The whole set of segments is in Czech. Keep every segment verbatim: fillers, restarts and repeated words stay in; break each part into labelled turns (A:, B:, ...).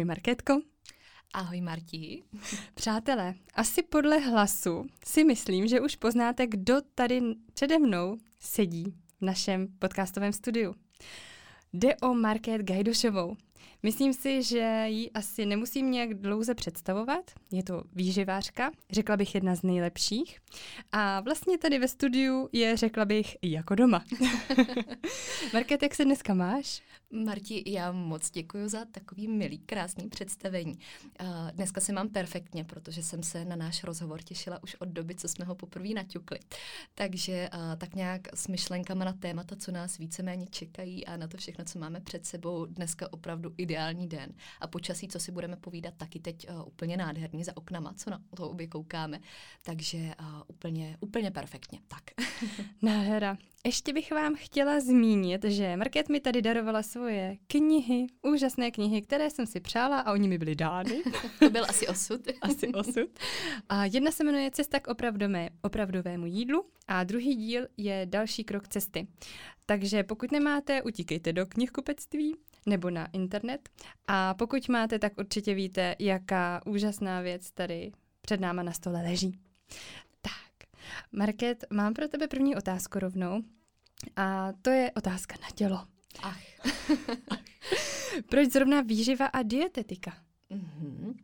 A: Ahoj Markétko.
B: Ahoj Marti.
A: Přátelé, asi podle hlasu si myslím, že už poznáte, kdo tady přede mnou sedí v našem podcastovém studiu. Jde o Markét Gajdošovou. Myslím si, že ji asi nemusím nějak dlouze představovat. Je to výživářka, řekla bych jedna z nejlepších. A vlastně tady ve studiu je, řekla bych, jako doma. Markét, jak se dneska máš?
B: Marti, já moc děkuji za takový milý, krásný představení. Uh, dneska se mám perfektně, protože jsem se na náš rozhovor těšila už od doby, co jsme ho poprvé naťukli. Takže uh, tak nějak s myšlenkama na témata, co nás víceméně čekají a na to všechno, co máme před sebou, dneska opravdu ideální den. A počasí, co si budeme povídat, taky teď uh, úplně nádherný za oknama, co na to obě koukáme. Takže uh, úplně, úplně perfektně. Tak.
A: Nádhera. Ještě bych vám chtěla zmínit, že Markét mi tady darovala svoje knihy, úžasné knihy, které jsem si přála a oni mi byly dány.
B: To byl asi osud.
A: Asi osud. A jedna se jmenuje Cesta k opravdové, opravdovému jídlu a druhý díl je Další krok cesty. Takže pokud nemáte, utíkejte do knihkupectví nebo na internet. A pokud máte, tak určitě víte, jaká úžasná věc tady před náma na stole leží. Markét, mám pro tebe první otázku rovnou a to je otázka na tělo.
B: Ach.
A: Proč zrovna výživa a dietetika?
B: Mm-hmm.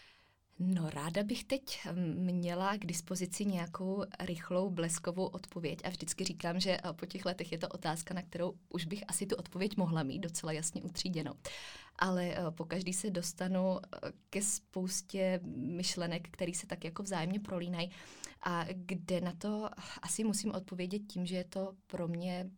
B: No, ráda bych teď měla k dispozici nějakou rychlou, bleskovou odpověď a vždycky říkám, že po těch letech je to otázka, na kterou už bych asi tu odpověď mohla mít docela jasně utříděnou. Ale pokaždý se dostanu ke spoustě myšlenek, které se tak jako vzájemně prolínají a kde na to asi musím odpovědět tím, že je to pro mě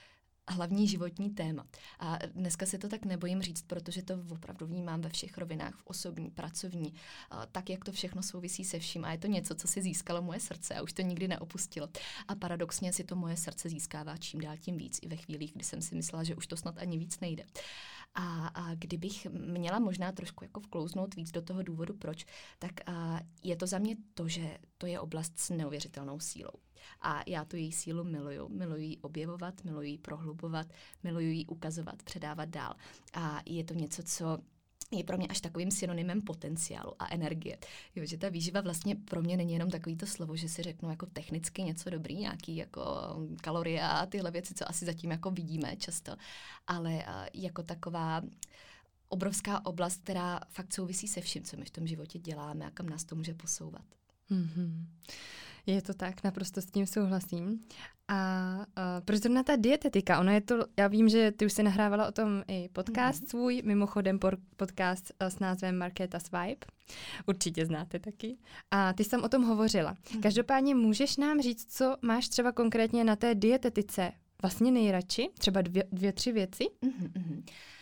B: hlavní životní téma. A dneska se to tak nebojím říct, protože to opravdu vnímám ve všech rovinách, v osobní, pracovní, tak, jak to všechno souvisí se vším. A je to něco, co si získalo moje srdce a už to nikdy neopustilo. A paradoxně si to moje srdce získává čím dál tím víc, i ve chvílích, kdy jsem si myslela, že už to snad ani víc nejde. A, a kdybych měla možná trošku jako vklouznout víc do toho důvodu, proč, tak a je to za mě to, že to je oblast s neuvěřitelnou sílou. A já tu její sílu miluju. Miluji ji objevovat, miluji ji prohlubovat, miluji ji ukazovat, předávat dál. A je to něco, co je pro mě až takovým synonymem potenciálu a energie. Jo, že ta výživa vlastně pro mě není jenom takový to slovo, že si řeknu jako technicky něco dobrý, nějaký jako kalorie a tyhle věci, co asi zatím jako vidíme často, ale jako taková obrovská oblast, která fakt souvisí se vším, co my v tom životě děláme a kam nás to může posouvat.
A: Mm-hmm. Je to tak, naprosto s tím souhlasím. A, a proč zrovna ta dietetika? Ono je to, já vím, že ty už jsi nahrávala o tom i podcast mm-hmm. svůj, mimochodem por, podcast s názvem Markéta's Vibe. Určitě znáte taky. A ty jsi tam o tom hovořila. Mm-hmm. Každopádně můžeš nám říct, co máš třeba konkrétně na té dietetice vlastně nejradši? Třeba dvě, dvě tři věci?
B: Mm-hmm.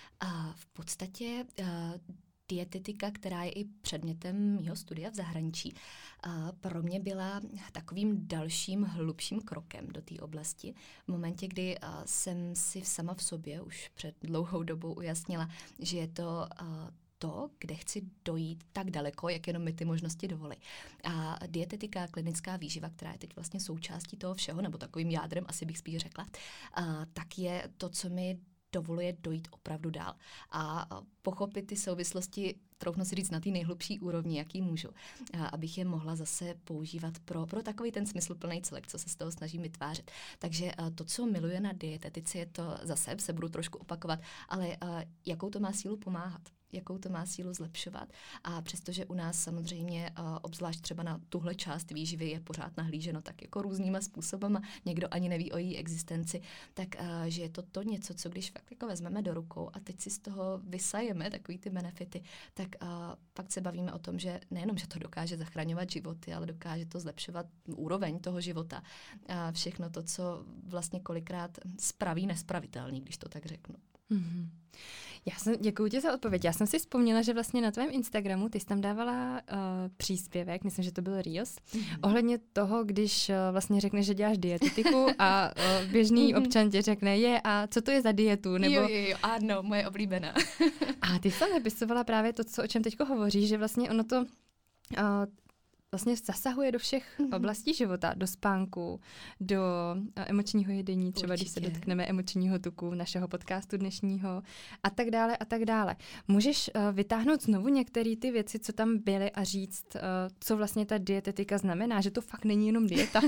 B: A v podstatě uh, dietetika, která je i předmětem mýho studia v zahraničí, uh, pro mě byla takovým dalším hlubším krokem do té oblasti. V momentě, kdy uh, jsem si sama v sobě už před dlouhou dobou ujasnila, že je to uh, to, kde chci dojít tak daleko, jak jenom mi ty možnosti dovolí. A dietetika, klinická výživa, která je teď vlastně součástí toho všeho, nebo takovým jádrem, asi bych spíš řekla, uh, tak je to, co mi dovoluje dojít opravdu dál a pochopit ty souvislosti, troufnu si říct, na té nejhlubší úrovni, jaký můžu, abych je mohla zase používat pro, pro takový ten smysluplný celek, co se z toho snažím vytvářet. Takže to, co miluje na dietetice, je to zase, se budu trošku opakovat, ale jakou to má sílu pomáhat, jakou to má sílu zlepšovat. A přestože u nás samozřejmě obzvlášť třeba na tuhle část výživy je pořád nahlíženo tak jako různýma způsobama, někdo ani neví o její existenci, tak že je to to něco, co když fakt jako vezmeme do rukou a teď si z toho vysajeme takový ty benefity, tak pak se bavíme o tom, že nejenom, že to dokáže zachraňovat životy, ale dokáže to zlepšovat úroveň toho života. A všechno to, co vlastně kolikrát spraví nespravitelný, když to tak řeknu.
A: Mm-hmm. Já jsem, děkuji ti za odpověď. Já jsem si vzpomněla, že vlastně na tvém Instagramu ty jsi tam dávala uh, příspěvek, myslím, že to byl Reels, mm-hmm. ohledně toho, když uh, vlastně řekneš, že děláš dietetiku a uh, běžný mm-hmm. občan ti řekne, je a co to je za dietu? Nebo...
B: Jo, jo, jo, ano, moje oblíbená.
A: A ty jsi tam napisovala právě to, co, o čem teďko hovoříš, že vlastně ono to... Uh, vlastně zasahuje do všech mm-hmm. oblastí života, do spánku, do emočního jedení, třeba Určitě. Když se dotkneme emočního tuku našeho podcastu dnešního a tak dále a tak dále. Můžeš uh, vytáhnout znovu některé ty věci, co tam byly a říct, uh, co vlastně ta dietetika znamená, že to fakt není jenom dieta.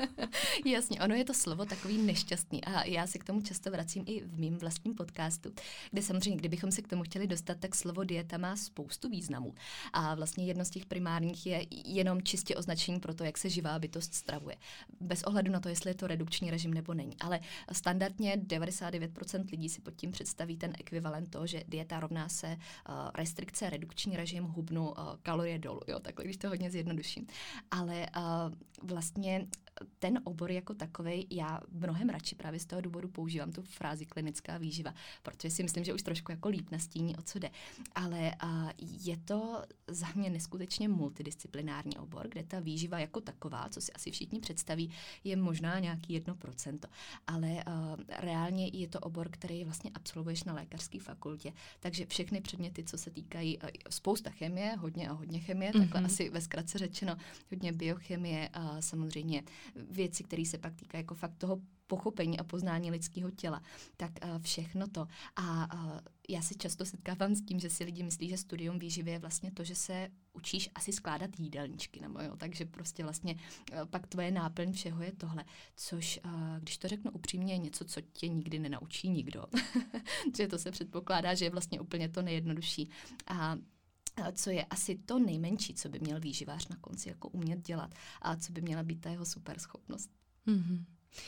B: Jasně, ono je to slovo takový nešťastný a já se k tomu často vracím i v mým vlastním podcastu, kde samozřejmě, kdybychom se k tomu chtěli dostat, tak slovo dieta má spoustu významů a vlastně jedno z těch primárních je jenom čistě označení pro to, jak se živá bytost stravuje. Bez ohledu na to, jestli je to redukční režim nebo není. Ale standardně devadesát devět procent lidí si pod tím představí ten ekvivalent toho, že dieta rovná se uh, restrikce, redukční režim, hubnu, uh, kalorie dolů. Jo, takhle, když to hodně zjednoduším. Ale uh, vlastně ten obor jako takovej, já mnohem radši právě z toho důvodu používám tu frázi klinická výživa, protože si myslím, že už trošku jako líp nastíní, o co jde. Ale uh, je to za mě neskutečně multidisciplinární obor, kde ta výživa jako taková, co si asi všichni představí, je možná nějaký jedno procento. Ale uh, reálně je to obor, který vlastně absolvuješ na lékařské fakultě. Takže všechny předměty, co se týkají uh, spousta chemie, hodně a hodně chemie, mm-hmm. takhle asi ve zkratce řečeno, hodně biochemie a samozřejmě věci, které se pak týkají jako fakt toho pochopení a poznání lidského těla, tak uh, všechno to. A uh, já se často setkávám s tím, že si lidi myslí, že studium výživy je vlastně to, že se učíš asi skládat jídelníčky, nebo jo, takže prostě vlastně uh, pak tvoje náplň všeho je tohle, což, uh, když to řeknu upřímně, je něco, co tě nikdy nenaučí nikdo. Že to se předpokládá, že je vlastně úplně to nejjednodušší. A co je asi to nejmenší, co by měl výživář na konci jako umět dělat a co by měla být ta jeho superschopnost.
A: Mm-hmm.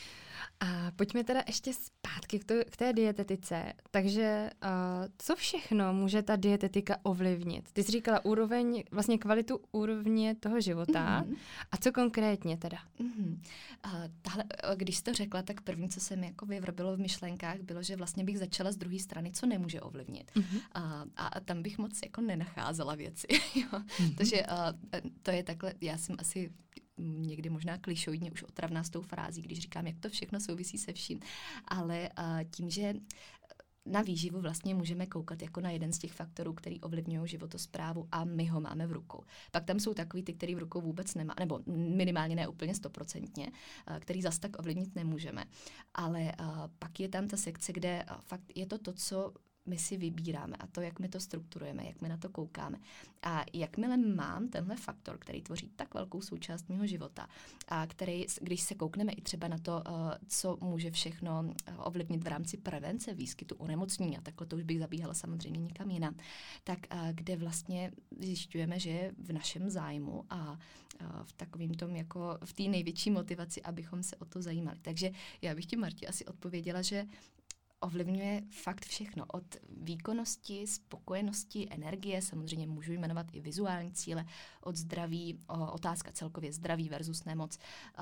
A: A pojďme teda ještě zpátky k, to, k té dietetice. Takže uh, co všechno může ta dietetika ovlivnit? Ty jsi říkala úroveň, vlastně kvalitu úrovně toho života. Mm-hmm. A co konkrétně teda?
B: Mm-hmm. Uh, tahle, když jsi to řekla, tak první, co se mi jako vyvrbilo v myšlenkách, bylo, že vlastně bych začala z druhé strany, co nemůže ovlivnit. Mm-hmm. Uh, a, a tam bych moc jako nenacházela věci. Jo? Mm-hmm. Takže uh, to je takhle, já jsem asi někdy možná klišoidně už otravná s tou frází, když říkám, jak to všechno souvisí se vším. Ale uh, tím, že na výživu vlastně můžeme koukat jako na jeden z těch faktorů, který ovlivňují životosprávu a my ho máme v rukou. Pak tam jsou takový ty, který v rukou vůbec nemá, nebo minimálně ne úplně stoprocentně, uh, který zas tak ovlivnit nemůžeme. Ale uh, pak je tam ta sekce, kde uh, fakt je to to, co my si vybíráme a to, jak my to strukturujeme, jak my na to koukáme. A jakmile mám tenhle faktor, který tvoří tak velkou součást mého života a který, když se koukneme i třeba na to, co může všechno ovlivnit v rámci prevence výskytu onemocnění, a takhle to už bych zabíhala samozřejmě někam jinam, tak kde vlastně zjišťujeme, že je v našem zájmu a v takovým tom jako v té největší motivaci, abychom se o to zajímali. Takže já bych ti, Marti, asi odpověděla, že ovlivňuje fakt všechno. Od výkonnosti, spokojenosti, energie, samozřejmě můžu jmenovat i vizuální cíle, od zdraví, otázka celkově zdraví versus nemoc.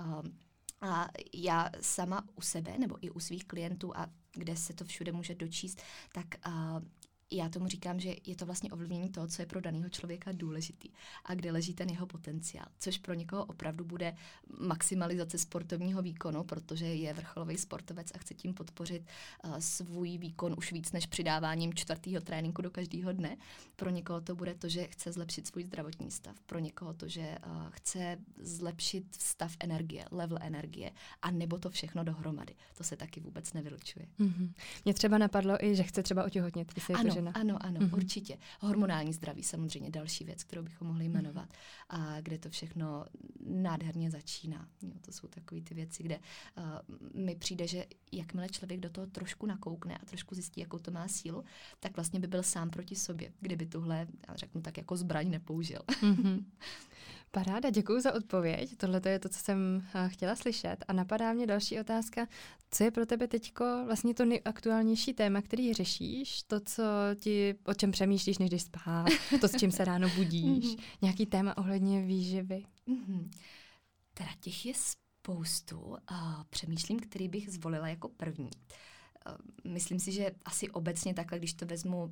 B: A já sama u sebe nebo i u svých klientů, a kde se to všude může dočíst, tak já tomu říkám, že je to vlastně ovlivnění toho, co je pro daného člověka důležitý a kde leží ten jeho potenciál, což pro někoho opravdu bude maximalizace sportovního výkonu, protože je vrcholový sportovec a chce tím podpořit uh, svůj výkon už víc než přidáváním čtvrtého tréninku do každého dne. Pro někoho to bude to, že chce zlepšit svůj zdravotní stav, pro někoho to, že uh, chce zlepšit stav energie, level energie, a nebo to všechno dohromady. To se taky vůbec nevylučuje.
A: Mm-hmm. Mě třeba napadlo i, že chce třeba otěhotnět.
B: Ano, ano, ano, mm-hmm. určitě. Hormonální zdraví, samozřejmě další věc, kterou bychom mohli jmenovat. Mm-hmm. A kde to všechno nádherně začíná. Jo, to jsou takové ty věci, kde uh, mi přijde, že jakmile člověk do toho trošku nakoukne a trošku zjistí, jakou to má sílu, tak vlastně by byl sám proti sobě, kdyby tuhle, já řeknu tak, jako zbraň nepoužil.
A: Mm-hmm. Paráda, děkuji za odpověď. Tohle je to, co jsem chtěla slyšet. A napadá mě další otázka. Co je pro tebe teďko vlastně to nejaktuálnější téma, který řešíš? To, co ti, o čem přemýšlíš, než jdeš spát? To, s čím se ráno budíš? Nějaký téma ohledně výživy?
B: Mm-hmm. Teda těch je spoustu. A přemýšlím, který bych zvolila jako první. Myslím si, že asi obecně takhle, když to vezmu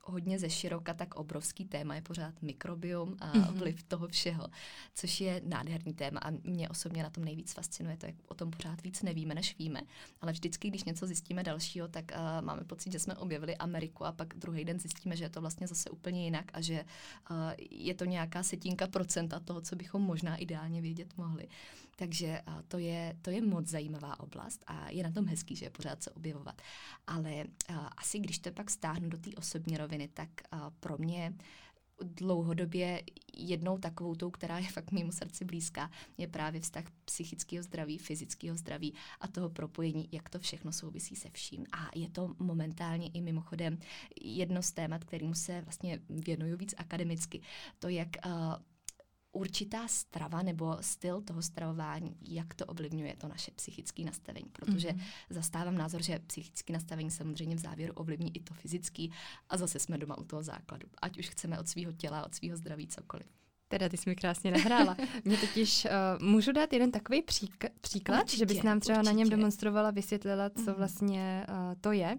B: hodně ze široka, tak obrovský téma je pořád mikrobiom a mm-hmm. vliv toho všeho, což je nádherný téma a mě osobně na tom nejvíc fascinuje to, jak o tom pořád víc nevíme, než víme, ale vždycky, když něco zjistíme dalšího, tak uh, máme pocit, že jsme objevili Ameriku a pak druhý den zjistíme, že je to vlastně zase úplně jinak a že uh, je to nějaká setínka procenta toho, co bychom možná ideálně vědět mohli. Takže uh, to je, to je moc zajímavá oblast a je na tom hezký, že je pořád se objevovat. Ale uh, asi když to pak stáhnu do té osobní roviny, tak uh, pro mě dlouhodobě jednou takovou tou, která je fakt mému srdci blízká, je právě vztah psychického zdraví, fyzického zdraví a toho propojení, jak to všechno souvisí se vším. A je to momentálně i mimochodem jedno z témat, kterému se vlastně věnuju víc akademicky. To, jak uh, určitá strava nebo styl toho stravování, jak to ovlivňuje to naše psychické nastavení. Protože mm-hmm. zastávám názor, že psychické nastavení samozřejmě v závěru ovlivní i to fyzické a zase jsme doma u toho základu. Ať už chceme od svého těla, od svého zdraví cokoliv.
A: Teda ty jsi mi krásně nahrála. Mě totiž, uh, můžu dát jeden takový přík- příklad, určitě, že bys nám třeba určitě. Na něm demonstrovala, vysvětlila, co mm-hmm. vlastně uh, to je.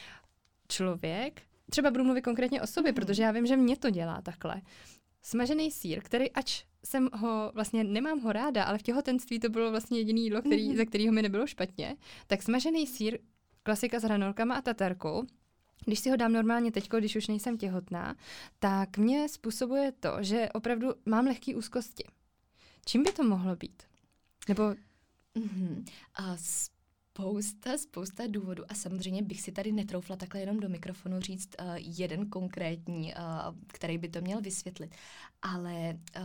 A: Člověk, třeba budu mluvit konkrétně o sobě, mm-hmm. protože já vím, že mě to dělá takhle. Smažený sýr, který ač jsem ho, vlastně nemám ho ráda, ale v těhotenství to bylo vlastně jediný jídlo, který, mm-hmm. ze kterého mi nebylo špatně, tak smažený sýr, klasika s hranolkama a tatarkou, když si ho dám normálně teďko, když už nejsem těhotná, tak mě způsobuje to, že opravdu mám lehký úzkosti. Čím by to mohlo být? Nebo...
B: Mm-hmm. A Spousta, spousta důvodů a samozřejmě bych si tady netroufla takhle jenom do mikrofonu říct uh, jeden konkrétní, uh, který by to měl vysvětlit, ale uh,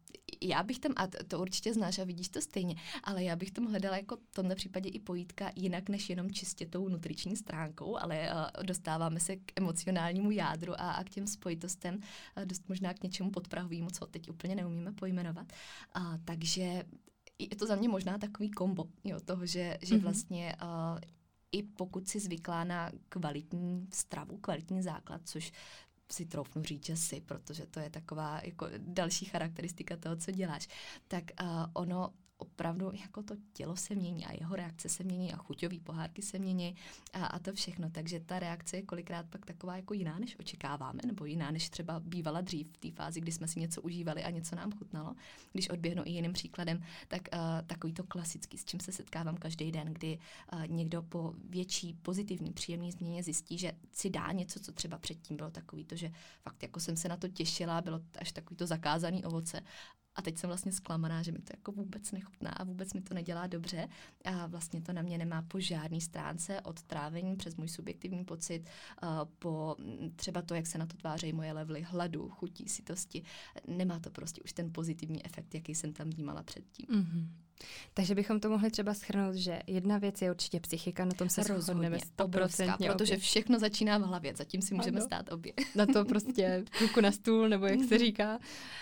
B: já bych tam, a to určitě znáš a vidíš to stejně, ale já bych tam hledala jako v tomhle případě i pojítka jinak než jenom čistě tou nutriční stránkou, ale uh, dostáváme se k emocionálnímu jádru a, a k těm spojitostem, uh, dost možná k něčemu podprahovému, co teď úplně neumíme pojmenovat. Uh, takže je to za mě možná takový kombo, jo, toho, že, že mm-hmm. vlastně uh, i pokud si zvyklá na kvalitní stravu, kvalitní základ, což si troufnu říct, že si, protože to je taková jako další charakteristika toho, co děláš, tak uh, ono opravdu jako to tělo se mění a jeho reakce se mění a chuťový pohárky se mění a, a to všechno. Takže ta reakce je kolikrát pak taková jako jiná, než očekáváme, nebo jiná, než třeba bývala dřív v té fázi, kdy jsme si něco užívali a něco nám chutnalo. Když odběhnu i jiným příkladem, tak uh, takový to klasický, s čím se setkávám každý den, kdy uh, někdo po větší pozitivní, příjemné změně zjistí, že si dá něco, co třeba předtím bylo takový to, že fakt jako jsem se na to těšila, bylo až takový to zakázaný ovoce. A teď jsem vlastně zklamaná, že mi to jako vůbec nechutná a vůbec mi to nedělá dobře a vlastně to na mě nemá po žádný stránce od trávení přes můj subjektivní pocit, uh, po třeba to, jak se na to tvářejí moje levely hladu, chutí, sytosti. Nemá to prostě už ten pozitivní efekt, jaký jsem tam vnímala předtím.
A: Mm-hmm. Takže bychom to mohli třeba shrnout, že jedna věc je určitě psychika, na tom se shodneme sto procent.
B: Protože všechno začíná v hlavě, zatím si můžeme ano. stát obě.
A: Na to prostě ruku na stůl, nebo jak se říká.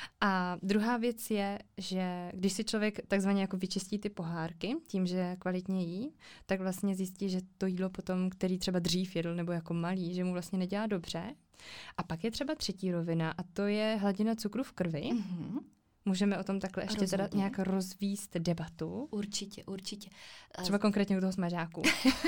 A: A druhá věc je, že když si člověk takzvaně jako vyčistí ty pohárky, tím, že kvalitně jí, tak vlastně zjistí, že to jídlo potom, který třeba dřív jedl, nebo jako malý, že mu vlastně nedělá dobře. A pak je třeba třetí rovina a to je hladina cukru v krvi. Mm-hmm. Můžeme o tom takhle ještě teda nějak rozvíst debatu?
B: Určitě, určitě.
A: Třeba konkrétně u toho smažáku.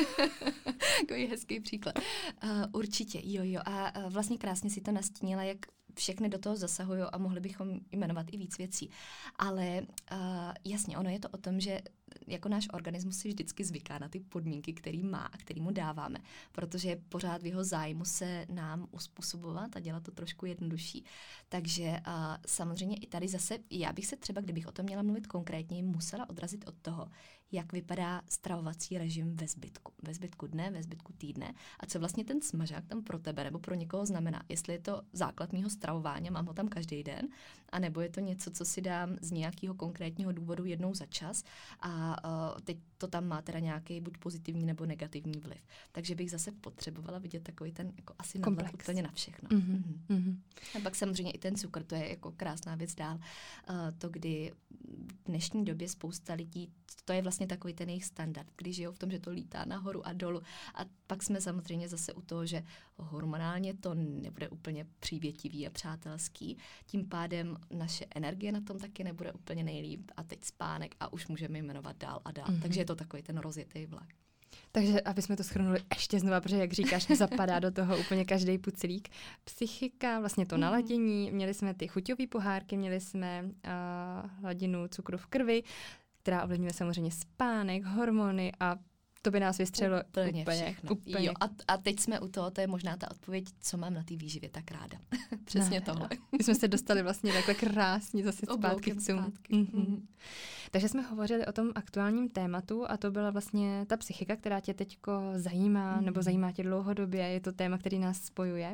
B: Takový hezký příklad. Uh, určitě, jo, jo. A uh, vlastně krásně si to nastínila, jak všechny do toho zasahují a mohli bychom jmenovat i víc věcí. Ale uh, jasně, ono je to o tom, že jako náš organismus si vždycky zvyká na ty podmínky, který má a který mu dáváme, protože je pořád v jeho zájmu se nám uspůsobovat a dělat to trošku jednodušší. Takže uh, samozřejmě i tady zase, já bych se třeba, kdybych o tom měla mluvit konkrétně, musela odrazit od toho, jak vypadá stravovací režim ve zbytku. Ve zbytku dne, ve zbytku týdne a co vlastně ten smažák tam pro tebe nebo pro někoho znamená. Jestli je to základ mýho stravování, mám ho tam každý den, anebo je to něco, co si dám z nějakého konkrétního důvodu jednou za čas a uh, teď to tam má teda nějaký buď pozitivní nebo negativní vliv. Takže bych zase potřebovala vidět takový ten jako asi nadhled úplně na všechno.
A: Mm-hmm. Mm-hmm.
B: A pak samozřejmě i ten cukr, to je jako krásná věc dál. Uh, to, kdy v dnešní době spousta lidí, to je vlastně takový ten jejich standard, když žijou v tom, že to lítá nahoru a dolů. A pak jsme samozřejmě zase u toho, že hormonálně to nebude úplně přívětivý a přátelský. Tím pádem naše energie na tom taky nebude úplně nejlíp. A teď spánek a už můžeme jmenovat dál a dál. Mm-hmm. Takže je to takový ten rozjetý vlak.
A: Takže, aby jsme to shrnuli ještě znova, protože, jak říkáš, zapadá do toho úplně každý puclík. Psychika, vlastně to naladění, měli jsme ty chuťové pohárky, měli jsme uh, hladinu cukru v krvi, která ovlivňuje samozřejmě spánek, hormony a to by nás vystřelilo
B: úplně,
A: úplně
B: všechno.
A: Úplně.
B: Jo, a, a teď jsme u toho, to je možná ta odpověď, co mám na té výživě tak ráda. Přesně no, tohle.
A: My jsme se dostali vlastně takhle krásně zase zpátky k tomu. Mm-hmm. Takže jsme hovořili o tom aktuálním tématu a to byla vlastně ta psychika, která tě teďko zajímá mm-hmm. nebo zajímá tě dlouhodobě. Je to téma, který nás spojuje.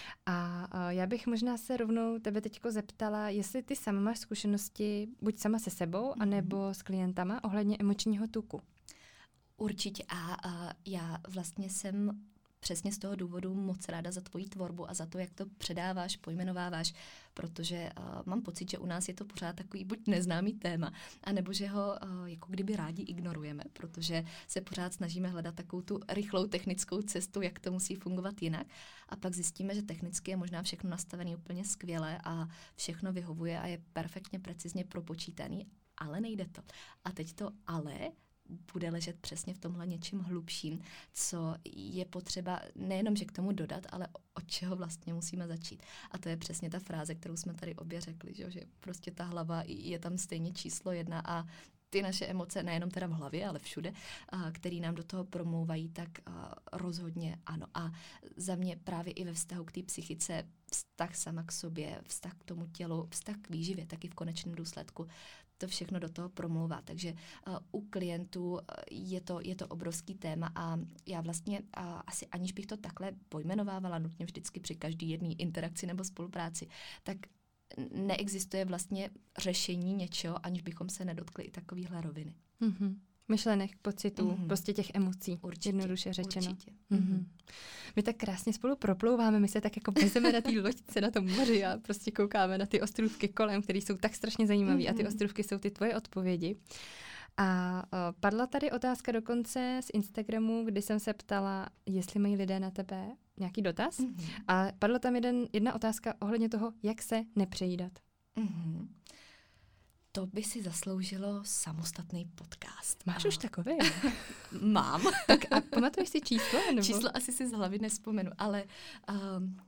A: A, a já bych možná se rovnou tebe teďko zeptala, jestli ty sama máš zkušenosti buď sama se sebou, mm-hmm. anebo s klientama ohledně emočního tuku.
B: Určitě a, a já vlastně jsem přesně z toho důvodu moc ráda za tvoji tvorbu a za to, jak to předáváš, pojmenováváš, protože uh, mám pocit, že u nás je to pořád takový buď neznámý téma, anebo že ho uh, jako kdyby rádi ignorujeme, protože se pořád snažíme hledat takovou tu rychlou technickou cestu, jak to musí fungovat jinak a pak zjistíme, že technicky je možná všechno nastavené úplně skvěle a všechno vyhovuje a je perfektně precizně propočítaný, ale nejde to. A teď to ale bude ležet přesně v tomhle něčím hlubším, co je potřeba nejenom, že k tomu dodat, ale od čeho vlastně musíme začít. A to je přesně ta fráze, kterou jsme tady obě řekli, že, že prostě ta hlava je tam stejně číslo jedna a ty naše emoce, nejenom teda v hlavě, ale všude, a, který nám do toho promlouvají, tak a, rozhodně ano. A za mě právě i ve vztahu k té psychice, vztah sama k sobě, vztah k tomu tělu, vztah k výživě, taky v konečném důsledku, to všechno do toho promlouvá. Takže uh, u klientů uh, je, to, je to obrovský téma a já vlastně uh, asi aniž bych to takhle pojmenovávala nutně vždycky při každý jedné interakci nebo spolupráci, tak neexistuje vlastně řešení něčeho, aniž bychom se nedotkli i takovýhle roviny.
A: Mm-hmm. Myšlenek, pocitů, mm-hmm. prostě těch emocí,
B: určitě,
A: jednoduše řečeno.
B: Určitě.
A: Mm-hmm. My tak krásně spolu proplouváme, my se tak jako vezeme na té loďce na tom moři a prostě koukáme na ty ostrůvky kolem, které jsou tak strašně zajímavé mm-hmm. a ty ostrůvky jsou ty tvoje odpovědi. A uh, padla tady otázka dokonce z Instagramu, kdy jsem se ptala, jestli mají lidé na tebe nějaký dotaz. Mm-hmm. A padla tam jeden, jedna otázka ohledně toho, jak se nepřejídat.
B: Mm-hmm. To by si zasloužilo samostatný podcast.
A: Máš a... už takový?
B: Mám.
A: Tak a pamatuješ si číslo? Nebo?
B: Číslo asi si z hlavy nevzpomenu, ale um,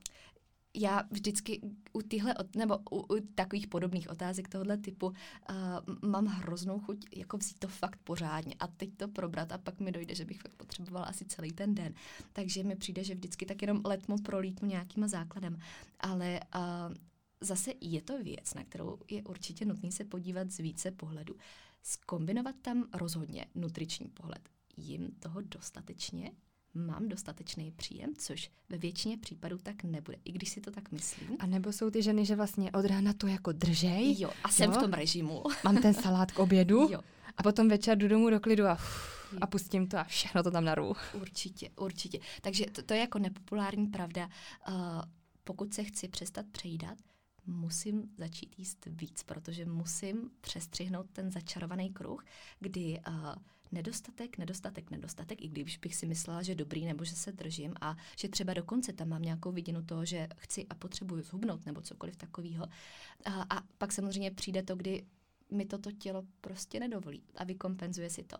B: já vždycky u tyhle, nebo u, u takových podobných otázek tohohle typu uh, mám hroznou chuť jako vzít to fakt pořádně a teď to probrat a pak mi dojde, že bych fakt potřebovala asi celý ten den. Takže mi přijde, že vždycky tak jenom letmo prolítnu nějakýma základem. Ale uh, zase je to věc, na kterou je určitě nutný se podívat z více pohledů. Zkombinovat tam rozhodně nutriční pohled. Jim toho dostatečně? Mám dostatečný příjem, což ve většině případů tak nebude, i když si to tak myslím.
A: A nebo jsou ty ženy, že vlastně od rána to jako držej.
B: Jo, a jsem jo? v tom režimu.
A: Mám ten salát k obědu
B: jo.
A: a potom večer jdu domů do klidu a, uf, a pustím to a všechno to tam naru.
B: Určitě, určitě. Takže to, to je jako nepopulární pravda. Uh, pokud se chci přestat přejídat, musím začít jíst víc, protože musím přestřihnout ten začarovaný kruh, kdy uh, nedostatek, nedostatek, nedostatek, i když bych si myslela, že dobrý, nebo že se držím a že třeba dokonce tam mám nějakou vidinu toho, že chci a potřebuju zhubnout nebo cokoliv takového. A, a pak samozřejmě přijde to, kdy mi toto tělo prostě nedovolí a vykompenzuje si to.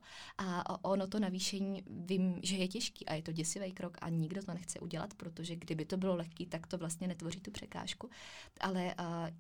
B: A ono to navýšení, vím, že je těžký a je to děsivý krok a nikdo to nechce udělat, protože kdyby to bylo lehký, tak to vlastně netvoří tu překážku. Ale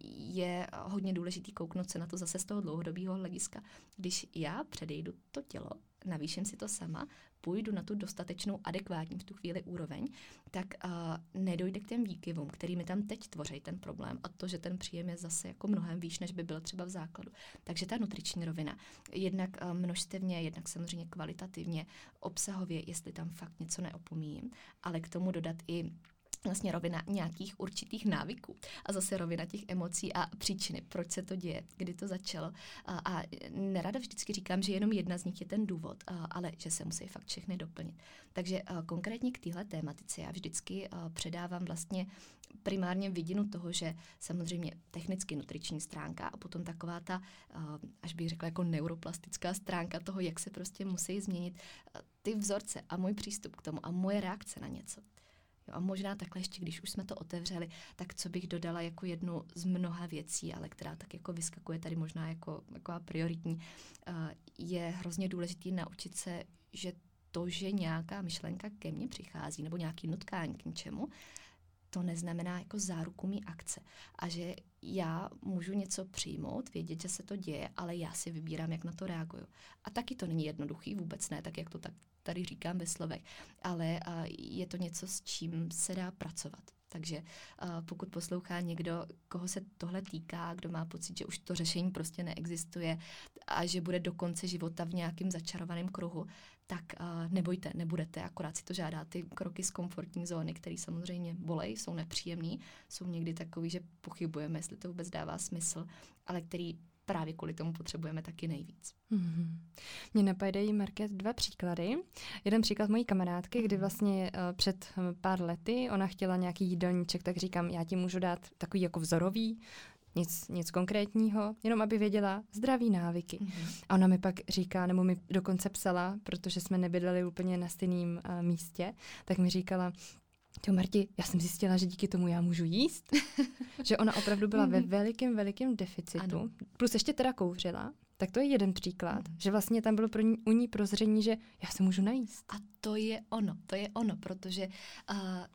B: je hodně důležitý kouknout se na to zase z toho dlouhodobého hlediska. Když já předejdu to tělo, navýším si to sama, půjdu na tu dostatečnou, adekvátní v tu chvíli úroveň, tak uh, nedojde k těm výkyvům, který mi tam teď tvoří ten problém a to, že ten příjem je zase jako mnohem výš, než by byl třeba v základu. Takže ta nutriční rovina, jednak uh, množstevně, jednak samozřejmě kvalitativně, obsahově, jestli tam fakt něco neopomíjím, ale k tomu dodat i vlastně rovina nějakých určitých návyků a zase rovina těch emocí a příčiny, proč se to děje, kdy to začalo. A, a nerada vždycky říkám, že jenom jedna z nich je ten důvod, a, ale že se musí fakt všechny doplnit. Takže a, konkrétně k téhle tématice já vždycky a, předávám vlastně primárně vidinu toho, že samozřejmě technicky nutriční stránka a potom taková ta, a, až bych řekla jako neuroplastická stránka toho, jak se prostě musí změnit a, ty vzorce a můj přístup k tomu a moje reakce na něco. A možná takhle ještě, když už jsme to otevřeli, tak co bych dodala jako jednu z mnoha věcí, ale která tak jako vyskakuje tady možná jako taková prioritní, je hrozně důležitý naučit se, že to, že nějaká myšlenka ke mně přichází nebo nějaký nutkání k něčemu, to neznamená jako záruku mý akce. A že já můžu něco přijmout, vědět, že se to děje, ale já si vybírám, jak na to reaguju. A taky to není jednoduchý, vůbec ne, tak jak to tak tady říkám ve slovech. Ale a, je to něco, s čím se dá pracovat. Takže a, pokud poslouchá někdo, koho se tohle týká, kdo má pocit, že už to řešení prostě neexistuje a že bude do konce života v nějakém začarovaném kruhu, tak uh, nebojte, nebudete, akorát si to žádá ty kroky z komfortní zóny, které samozřejmě bolej, jsou nepříjemný, jsou někdy takový, že pochybujeme, jestli to vůbec dává smysl, ale který právě kvůli tomu potřebujeme taky nejvíc.
A: Mm-hmm. Mně napadají, Markéto, dva příklady. Jeden příklad mojí kamarádky, kdy vlastně uh, před pár lety ona chtěla nějaký jídelníček, tak říkám, já ti můžu dát takový jako vzorový, Nic, nic konkrétního, jenom aby věděla zdraví návyky. Mm-hmm. A ona mi pak říká, nebo mi dokonce psala, protože jsme nebydleli úplně na stejném uh, místě, tak mi říkala, jo Marti, já jsem zjistila, že díky tomu já můžu jíst. Že ona opravdu byla mm-hmm. ve velikém, velikém deficitu. Ano. Plus ještě teda kouřila. Tak to je jeden příklad, mm-hmm. že vlastně tam bylo pro ní, u ní prozření, že já se můžu najíst.
B: A to je ono, to je ono, protože uh,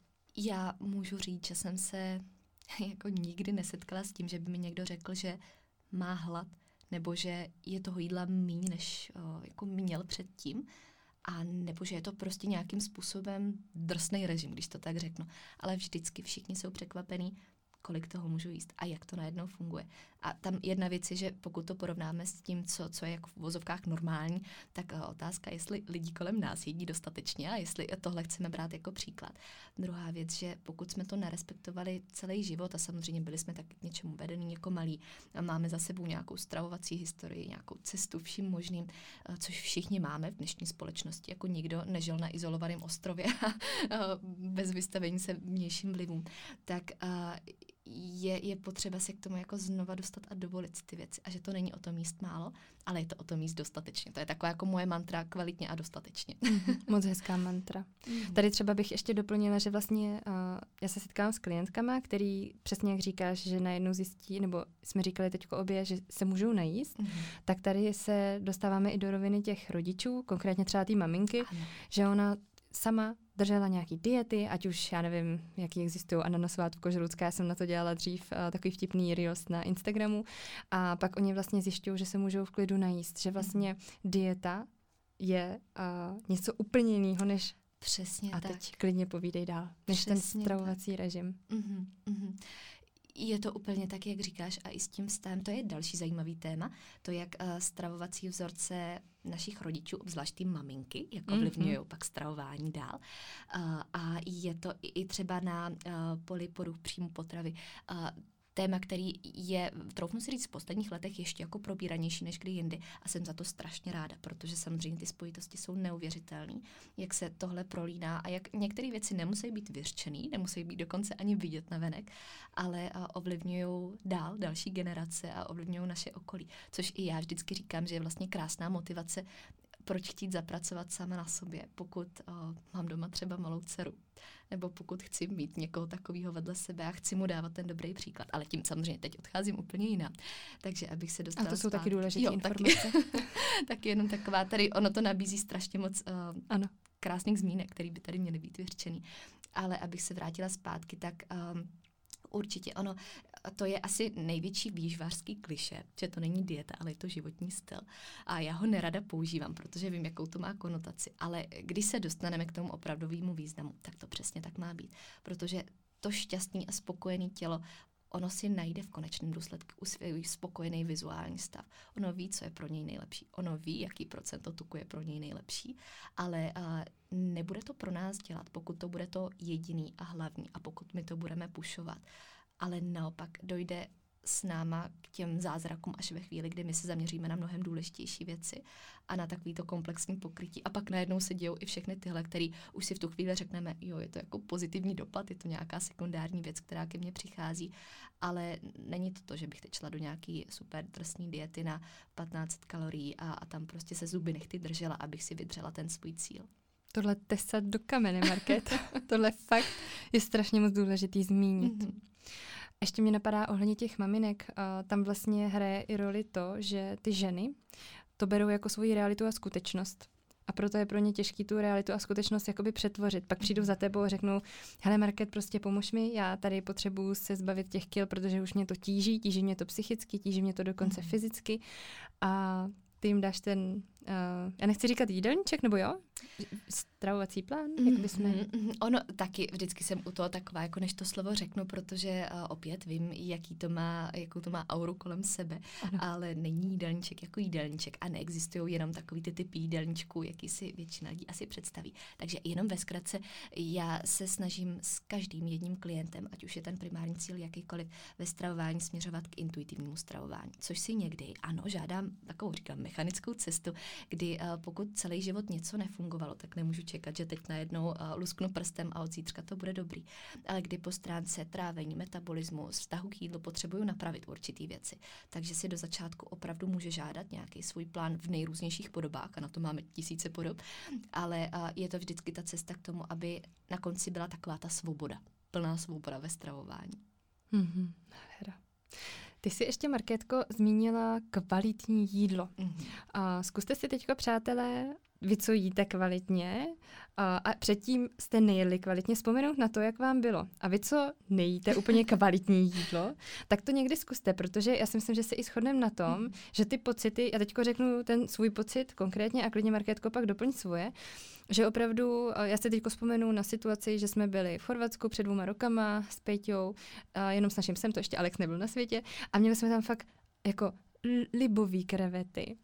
B: já můžu říct, že jsem se jako nikdy nesetkala s tím, že by mi někdo řekl, že má hlad, nebo že je toho jídla míň, než o, jako měl předtím, a nebo že je to prostě nějakým způsobem drsnej režim, když to tak řeknu. Ale vždycky všichni jsou překvapení, kolik toho můžu jíst a jak to najednou funguje. A tam jedna věc je, že pokud to porovnáme s tím, co, co je jako v vozovkách normální, tak uh, otázka, jestli lidi kolem nás jedí dostatečně a jestli tohle chceme brát jako příklad. Druhá věc, že pokud jsme to nerespektovali celý život a samozřejmě byli jsme tak k něčemu vedení jako malí a máme za sebou nějakou stravovací historii, nějakou cestu vším možným, uh, což všichni máme v dnešní společnosti, jako nikdo nežil na izolovaném ostrově bez vystavení se vnějším vlivům, tak uh, Je, je potřeba se k tomu jako znova dostat a dovolit ty věci. A že to není o tom jíst málo, ale je to o tom jíst dostatečně. To je taková jako moje mantra, kvalitně a dostatečně.
A: Mm-hmm. Moc hezká mantra. Mm-hmm. Tady třeba bych ještě doplnila, že vlastně uh, já se setkám s klientkama, který přesně jak říkáš, že najednou zjistí, nebo jsme říkali teďko obě, že se můžou najíst, mm-hmm. tak tady se dostáváme i do roviny těch rodičů, konkrétně třeba té maminky, ano. že ona sama držela nějaký diety, ať už, já nevím, jaký existují, ananasová koželudská, já jsem na to dělala dřív uh, takový vtipný reels na Instagramu a pak oni vlastně zjišťují, že se můžou v klidu najíst, že vlastně dieta je uh, něco úplně jiného, než
B: přesně
A: a
B: tak.
A: teď klidně povídej dál, než přesně ten stravovací tak. režim.
B: Mm-hmm, mm-hmm. Je to úplně tak, jak říkáš, a i s tím stavem, to je další zajímavý téma, to, jak uh, stravovací vzorce našich rodičů, obzvlášť ty maminky, jak ovlivňují mm-hmm. pak stravování dál. Uh, a je to i, i třeba na uh, poli poruch příjmu potravy. Uh, téma, který je, troufnu si říct, v posledních letech ještě jako probíranější než kdy jindy a jsem za to strašně ráda, protože samozřejmě ty spojitosti jsou neuvěřitelné, jak se tohle prolíná a jak některé věci nemusí být vyřčený, nemusí být dokonce ani vidět navenek, ale ovlivňují dál další generace a ovlivňují naše okolí, což i já vždycky říkám, že je vlastně krásná motivace, proč chtít zapracovat sama na sobě, pokud uh, mám doma třeba malou dceru, nebo pokud chci mít někoho takového vedle sebe a chci mu dávat ten dobrý příklad. Ale tím samozřejmě teď odcházím úplně jiná. Takže abych se dostala
A: A to jsou
B: zpátky.
A: taky důležité informace.
B: Taky, taky jenom taková, tady ono to nabízí strašně moc uh,
A: ano.
B: krásných zmínek, které by tady měly být vyřčený. Ale abych se vrátila zpátky, tak um, určitě ono, to je asi největší výžvářský klišé, že to není dieta, ale je to životní styl. A já ho nerada používám, protože vím, jakou to má konotaci. Ale když se dostaneme k tomu opravdovému významu, tak to přesně tak má být. Protože to šťastný a spokojený tělo, ono si najde v konečném důsledku svůj spokojený vizuální stav. Ono ví, co je pro něj nejlepší. Ono ví, jaký procento tuku je pro něj nejlepší, ale uh, nebude to pro nás dělat, pokud to bude to jediný a hlavní a pokud my to budeme pušovat. Ale naopak dojde s náma k těm zázrakům až ve chvíli, kdy my se zaměříme na mnohem důležitější věci a na takovýto komplexní pokrytí. A pak najednou se dějou i všechny tyhle, které už si v tu chvíli řekneme, jo, je to jako pozitivní dopad, je to nějaká sekundární věc, která ke mně přichází, ale není to to, že bych teď šla do nějaký super drsný diety na patnáct kalorií a, a tam prostě se zuby nechty držela, abych si vydřela ten svůj cíl.
A: Tohle tesat do kamene, Markéto. Tohle fakt je strašně moc důležitý zmínit. Mm-hmm. Ještě mě napadá ohledně těch maminek, uh, tam vlastně hraje i roli to, že ty ženy to berou jako svoji realitu a skutečnost. A proto je pro ně těžký tu realitu a skutečnost jakoby přetvořit. Pak přijdu za tebou a řeknu, hele Market, prostě pomož mi, já tady potřebuju se zbavit těch kil, protože už mě to tíží, tíží mě to psychicky, tíží mě to dokonce mm. fyzicky. A ty jim dáš ten, uh, já nechci říkat jídelníček, nebo jo? Stravovací plán,
B: mm,
A: jak bychom...
B: Mm, ono taky, vždycky jsem u toho taková, jako než to slovo řeknu, protože uh, opět vím, jaký to má, jakou to má auru kolem sebe, ano. Ale není jídelníček jako jídelníček a neexistují jenom takový ty typy jídelníčků, jaký si většina lidí asi představí. Takže jenom ve zkratce, já se snažím s každým jedním klientem, ať už je ten primární cíl jakýkoliv, ve stravování směřovat k intuitivnímu stravování, což si někdy, ano, žádám takovou, říkám, mechanickou cestu, kdy uh, pokud celý život něco nefungovalo, tak nemůžu čekat, že teď najednou uh, lusknu prstem a od zítřka to bude dobrý. Ale kdy po stránce trávení, metabolismu, vztahu k jídlu potřebuju napravit určitý věci. Takže si do začátku opravdu může žádat nějaký svůj plán v nejrůznějších podobách a na to máme tisíce podob, ale uh, je to vždycky ta cesta k tomu, aby na konci byla taková ta svoboda, plná svoboda ve stravování.
A: Mm-hmm. Ty jsi ještě, Markétko, zmínila kvalitní jídlo. Mm-hmm. A zkuste si teďko, přátelé, vy, co jíte kvalitně a, a předtím jste nejedli kvalitně, vzpomenout na to, jak vám bylo. A vy, co nejíte úplně kvalitní jídlo, tak to někdy zkuste, protože já si myslím, že se i shodneme na tom, mm. že ty pocity, já teďko řeknu ten svůj pocit konkrétně a klidně Markétko pak doplň svoje, že opravdu, já se teďko vzpomenu na situaci, že jsme byli v Chorvatsku před dvouma rokama s Peťou, a jenom s naším psem, to ještě Alex nebyl na světě, a měli jsme tam fakt jako libový krevety,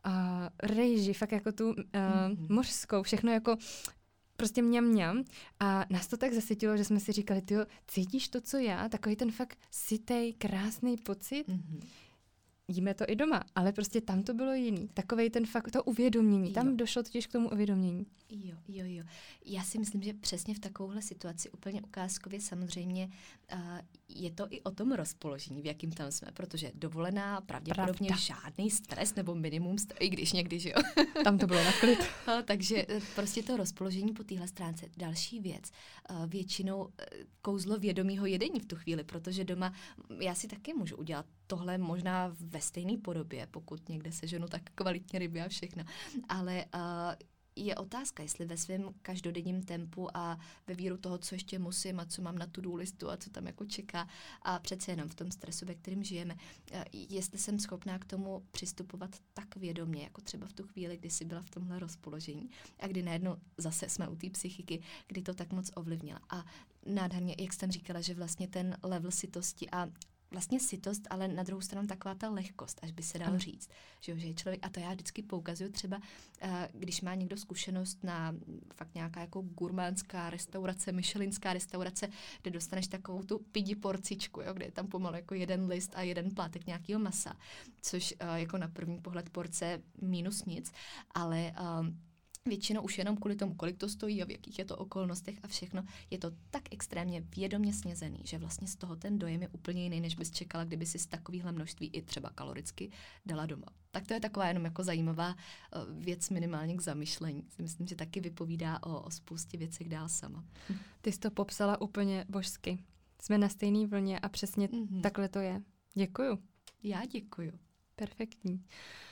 A: a rejži, fakt jako tu uh, mm-hmm. mořskou, všechno jako prostě mňam mňam. A nás to tak zasytilo, že jsme si říkali, tyjo, cítíš to, co já? Takový ten fakt sytej, krásný pocit. Mm-hmm. Jíme to i doma, ale prostě tam to bylo jiný. Takovej ten fakt, to uvědomění. Jo. Tam došlo totiž k tomu uvědomění.
B: Jo, jo, jo. Já si myslím, že přesně v takovéhle situaci úplně ukázkově samozřejmě uh, je to i o tom rozpoložení, v jakým tam jsme, protože dovolená pravděpodobně Pravda. žádný stres nebo minimum stres, i když někdy, že jo.
A: Tam to bylo na klid.
B: uh, takže uh, prostě to rozpoložení po téhle stránce. Další věc, uh, většinou uh, kouzlo vědomího jedení v tu chvíli, protože doma já si taky můžu udělat tohle možná ve stejné podobě, pokud někde seženu tak kvalitně ryby a všechno, ale uh, je otázka, jestli ve svém každodenním tempu a ve víru toho, co ještě musím a co mám na tu listu a co tam jako čeká a přece jenom v tom stresu, ve kterém žijeme, jestli jsem schopná k tomu přistupovat tak vědomě, jako třeba v tu chvíli, kdy jsi byla v tomhle rozpoložení a kdy najednou zase jsme u té psychiky, kdy to tak moc ovlivnila. A nádherně, jak jsem říkala, že vlastně ten level sytosti a vlastně sytost, ale na druhou stranu taková ta lehkost, až by se dalo říct, že, že je člověk, a to já vždycky poukazuju třeba, uh, když má někdo zkušenost na fakt nějaká jako gurmánská restaurace, michelinská restaurace, kde dostaneš takovou tu pidi porcičku, jo, kde je tam pomalu jako jeden list a jeden plátek nějakého masa, což uh, jako na první pohled porce minus nic, ale uh, většinou už jenom kvůli tomu, kolik to stojí a v jakých je to okolnostech a všechno, je to tak extrémně vědomě snězený, že vlastně z toho ten dojem je úplně jiný, než bys čekala, kdyby si z takovýhle množství i třeba kaloricky dala doma. Tak to je taková jenom jako zajímavá věc minimálně k zamyšlení. Myslím, že taky vypovídá o, o spoustě věcech dál sama.
A: Ty jsi to popsala úplně božsky. Jsme na stejné vlně a přesně mm-hmm. takhle to je. Děkuju.
B: Já děkuju.
A: Perfektní.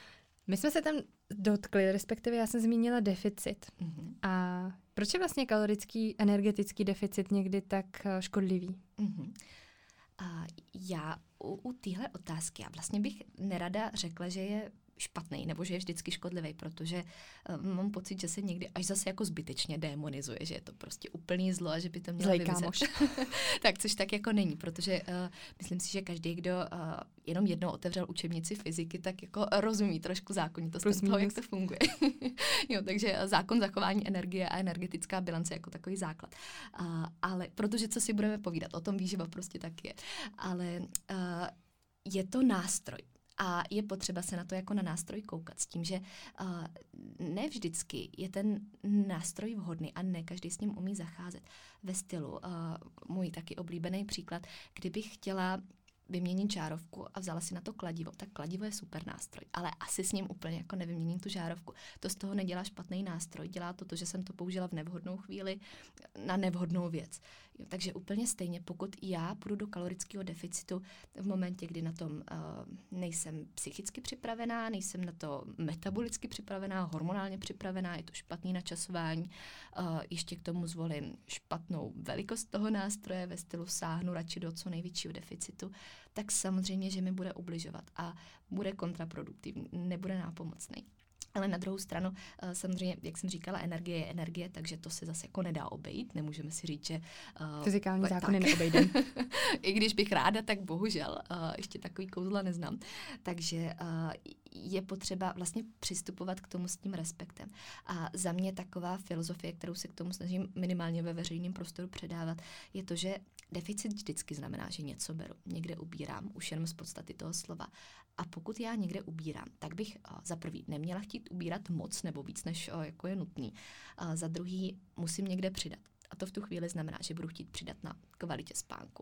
A: My jsme se tam dotkli, respektive já jsem zmínila deficit. Mm-hmm. A proč je vlastně kalorický, energetický deficit někdy tak škodlivý? Mm-hmm.
B: A já u, u téhle otázky, já vlastně bych nerada řekla, že je špatný, nebo že je vždycky škodlivý, protože uh, mám pocit, že se někdy až zase jako zbytečně démonizuje, že je to prostě úplný zlo a že by to mělo vymizet. Tak, což tak jako není, protože uh, myslím si, že každý, kdo uh, jenom jednou otevřel učebnici fyziky, tak jako rozumí trošku zákonitost toho, jak to funguje. Jo, takže zákon zachování energie a energetická bilance jako takový základ. Uh, ale protože co si budeme povídat, o tom výživa prostě tak je. Ale uh, je to nástroj. A je potřeba se na to jako na nástroj koukat s tím, že uh, ne vždycky je ten nástroj vhodný a ne každý s ním umí zacházet. Ve stylu, uh, můj taky oblíbený příklad, kdybych chtěla vyměnit žárovku a vzala si na to kladivo, tak kladivo je super nástroj, ale asi s ním úplně jako nevyměním tu žárovku. To z toho nedělá špatný nástroj, dělá to to, že jsem to použila v nevhodnou chvíli na nevhodnou věc. Jo, takže úplně stejně, pokud já půjdu do kalorického deficitu v momentě, kdy na tom uh, nejsem psychicky připravená, nejsem na to metabolicky připravená, hormonálně připravená, je to špatný načasování, uh, ještě k tomu zvolím špatnou velikost toho nástroje ve stylu sáhnu radši do co největšího deficitu, tak samozřejmě, že mi bude ubližovat a bude kontraproduktivní, nebude nápomocný. Ale na druhou stranu, samozřejmě, jak jsem říkala, energie je energie, takže to se zase jako nedá obejít. Nemůžeme si říct, že... Uh,
A: Fyzikální zákony neobejdem.
B: I když bych ráda, tak bohužel. Uh, ještě takový kouzla neznám. Takže uh, je potřeba vlastně přistupovat k tomu s tím respektem. A za mě taková filozofie, kterou se k tomu snažím minimálně ve veřejném prostoru předávat, je to, že deficit vždycky znamená, že něco beru, někde ubírám, už jenom z podstaty toho slova. A pokud já někde ubírám, tak bych uh, za prvý neměla chtít ubírat moc nebo víc, než uh, jako je nutný. Uh, za druhý musím někde přidat. A to v tu chvíli znamená, že budu chtít přidat na kvalitě spánku,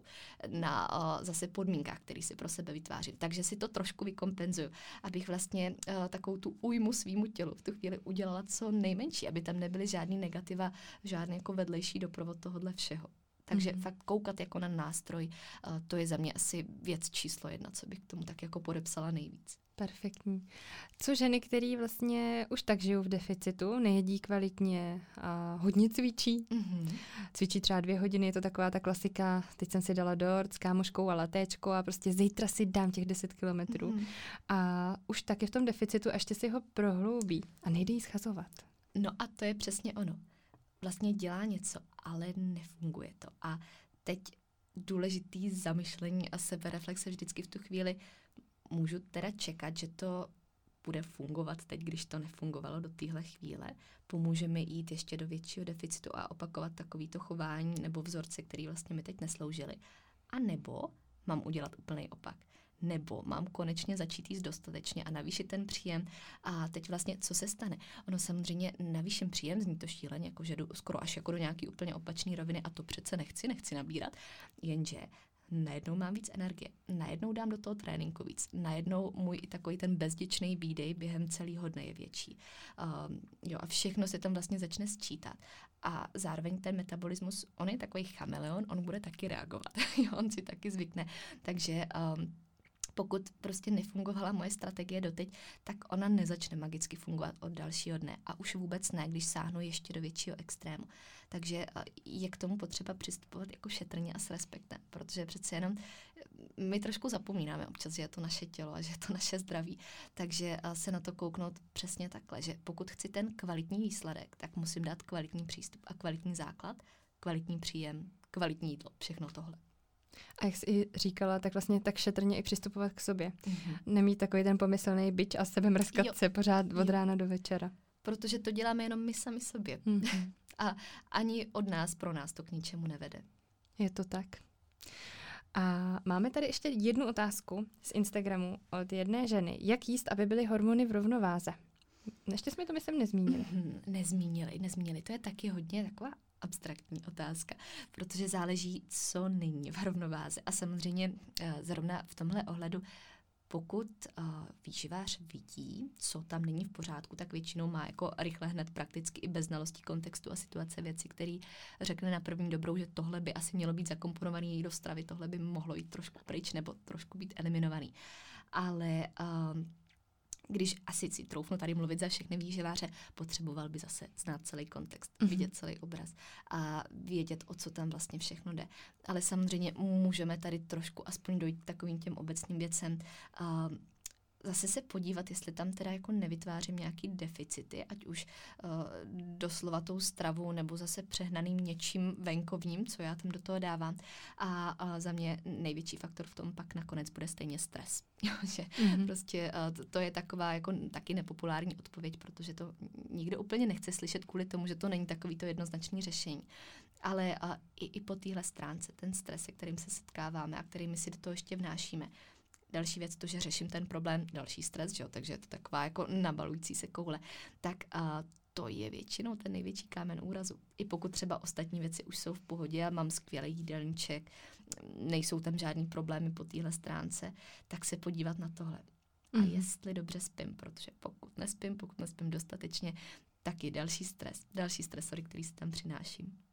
B: na uh, zase podmínkách, které si pro sebe vytvářím. Takže si to trošku vykompenzuju, abych vlastně uh, takovou tu újmu svýmu tělu v tu chvíli udělala co nejmenší, aby tam nebyly žádný negativa, žádný jako vedlejší doprovod tohohle všeho. Takže mm-hmm. fakt koukat jako na nástroj, uh, to je za mě asi věc číslo jedna, co bych k tomu tak jako podepsala nejvíc.
A: Perfektní. Co ženy, které vlastně už tak žijou v deficitu, nejedí kvalitně a hodně cvičí. Mm-hmm. Cvičí třeba dvě hodiny, je to taková ta klasika, teď jsem si dala dort s kámoškou a latéčko a prostě zítra si dám těch deset kilometrů. Mm-hmm. A už tak je v tom deficitu a ještě si ho prohloubí a nejde jí schazovat.
B: No a to je přesně ono. Vlastně dělá něco, ale nefunguje to. A teď důležitý zamyšlení a sebereflexe vždycky v tu chvíli můžu teda čekat, že to bude fungovat teď, když to nefungovalo do téhle chvíle. Pomůže mi jít ještě do většího deficitu a opakovat takovýto chování nebo vzorce, který vlastně mi teď nesloužily. A nebo mám udělat úplný opak. Nebo mám konečně začít jíst dostatečně a navýšit ten příjem. A teď vlastně, co se stane? Ono samozřejmě navýším příjem, zní to šíleně, jako že jdu skoro až jako do nějaký úplně opačný roviny a to přece nechci, nechci nabírat. Jenže najednou mám víc energie, najednou dám do toho tréninku víc, najednou můj i takový ten bezděčný výdej během celého dne je větší. Um, jo, a všechno se tam vlastně začne sčítat. A zároveň ten metabolismus, on je takový chameleon, on bude taky reagovat, jo, on si taky zvykne. Takže um, pokud prostě nefungovala moje strategie doteď, tak ona nezačne magicky fungovat od dalšího dne. A už vůbec ne, když sáhnu ještě do většího extrému. Takže je k tomu potřeba přistupovat jako šetrně a s respektem, protože přece jenom my trošku zapomínáme občas, že je to naše tělo a že je to naše zdraví. Takže se na to kouknout přesně takhle, že pokud chci ten kvalitní výsledek, tak musím dát kvalitní přístup a kvalitní základ, kvalitní příjem, kvalitní jídlo, všechno tohle.
A: A jak jsi říkala, tak vlastně tak šetrně i přistupovat k sobě. Mm-hmm. Nemít takový ten pomyslný bič a sebemrskat jo. se pořád od jo. rána do večera.
B: Protože to děláme jenom my sami sobě. Mm-hmm. A ani od nás, pro nás to k ničemu nevede.
A: Je to tak. A máme tady ještě jednu otázku z Instagramu od jedné ženy. Jak jíst, aby byly hormony v rovnováze? Ještě jsme to, myslím, nezmínili.
B: Mm-hmm. Nezmínili, nezmínili. To je taky hodně taková abstraktní otázka, protože záleží, co není v rovnováze. A samozřejmě zrovna v tomhle ohledu, pokud uh, výživář vidí, co tam není v pořádku, tak většinou má jako rychle hned prakticky i bez znalostí kontextu a situace věci, který řekne na první dobrou, že tohle by asi mělo být zakomponovaný do stravy, tohle by mohlo jít trošku pryč nebo trošku být eliminovaný. Ale uh, když asi si troufnu tady mluvit za všechny výživáře, potřeboval by zase znát celý kontext, mm-hmm. vidět celý obraz a vědět, o co tam vlastně všechno jde. Ale samozřejmě můžeme tady trošku aspoň dojít k takovým těm obecným věcem. Uh, zase se podívat, jestli tam teda jako nevytvářím nějaký deficity, ať už uh, doslova tou stravou nebo zase přehnaným něčím venkovním, co já tam do toho dávám. A, a za mě největší faktor v tom pak nakonec bude stejně stres. že mm-hmm. prostě uh, to, to je taková jako taky nepopulární odpověď, protože to nikdo úplně nechce slyšet kvůli tomu, že to není takový to jednoznačný řešení. Ale uh, i, i po téhle stránce ten stres, se kterým se setkáváme a kterými si do toho ještě vnášíme. Další věc, to, že řeším ten problém, další stres, že jo, takže je to taková jako nabalující se koule, tak a to je většinou ten největší kámen úrazu. I pokud třeba ostatní věci už jsou v pohodě a mám skvělý jídelníček, nejsou tam žádný problémy po téhle stránce, tak se podívat na tohle. A mm. jestli dobře spím, protože pokud nespím, pokud nespím dostatečně, tak je další stres, další stresory, který si tam přináším.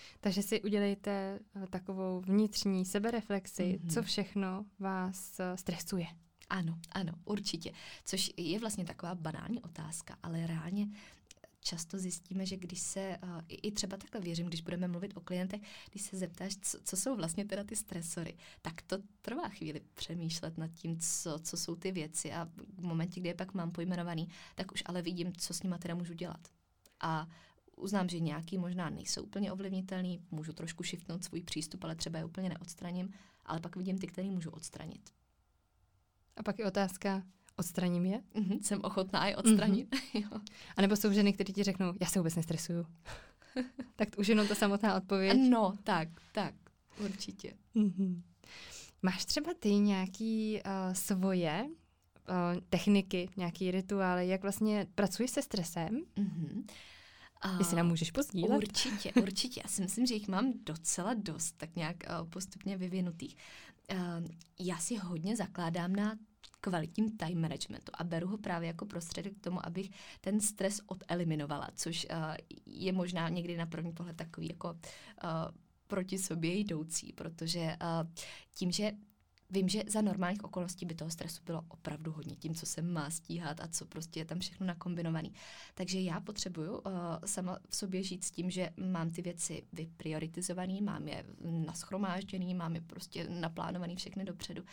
A: Takže si udělejte takovou vnitřní sebereflexi, mm-hmm. co všechno vás stresuje.
B: Ano, ano, určitě. Což je vlastně taková banální otázka, ale reálně často zjistíme, že když se, uh, i, i třeba takhle věřím, když budeme mluvit o klientech, když se zeptáš, co, co jsou vlastně teda ty stresory, tak to trvá chvíli přemýšlet nad tím, co, co jsou ty věci a v momentě, kdy je pak mám pojmenovaný, tak už ale vidím, co s nima teda můžu dělat. A uznám, že nějaký možná nejsou úplně ovlivnitelný, můžu trošku shiftnout svůj přístup, ale třeba je úplně neodstraním, ale pak vidím ty, který můžu odstranit.
A: A pak je otázka, odstraním je?
B: Mm-hmm, jsem ochotná je odstranit.
A: Mm-hmm. A nebo jsou ženy, které ti řeknou, já se vůbec nestresuju. Tak už jenom ta samotná odpověď.
B: No, tak, tak, určitě.
A: Mm-hmm. Máš třeba ty nějaký uh, svoje uh, techniky, nějaký rituály, jak vlastně pracuješ se stresem?
B: Mm-hmm.
A: Uh, Jestli nám můžeš pozdílet?
B: Určitě, určitě. Já si myslím, že jich mám docela dost, tak nějak uh, postupně vyvinutých. Uh, já si hodně zakládám na kvalitním time managementu a beru ho právě jako prostředek k tomu, abych ten stres odeliminovala, což uh, je možná někdy na první pohled takový jako uh, proti sobě jdoucí, protože uh, tím, že vím, že za normálních okolností by toho stresu bylo opravdu hodně, tím, co se má stíhat a co prostě je tam všechno nakombinovaný. Takže já potřebuju uh, sama v sobě žít s tím, že mám ty věci vyprioritizovaný, mám je nashromážděný, mám je prostě naplánovaný všechny dopředu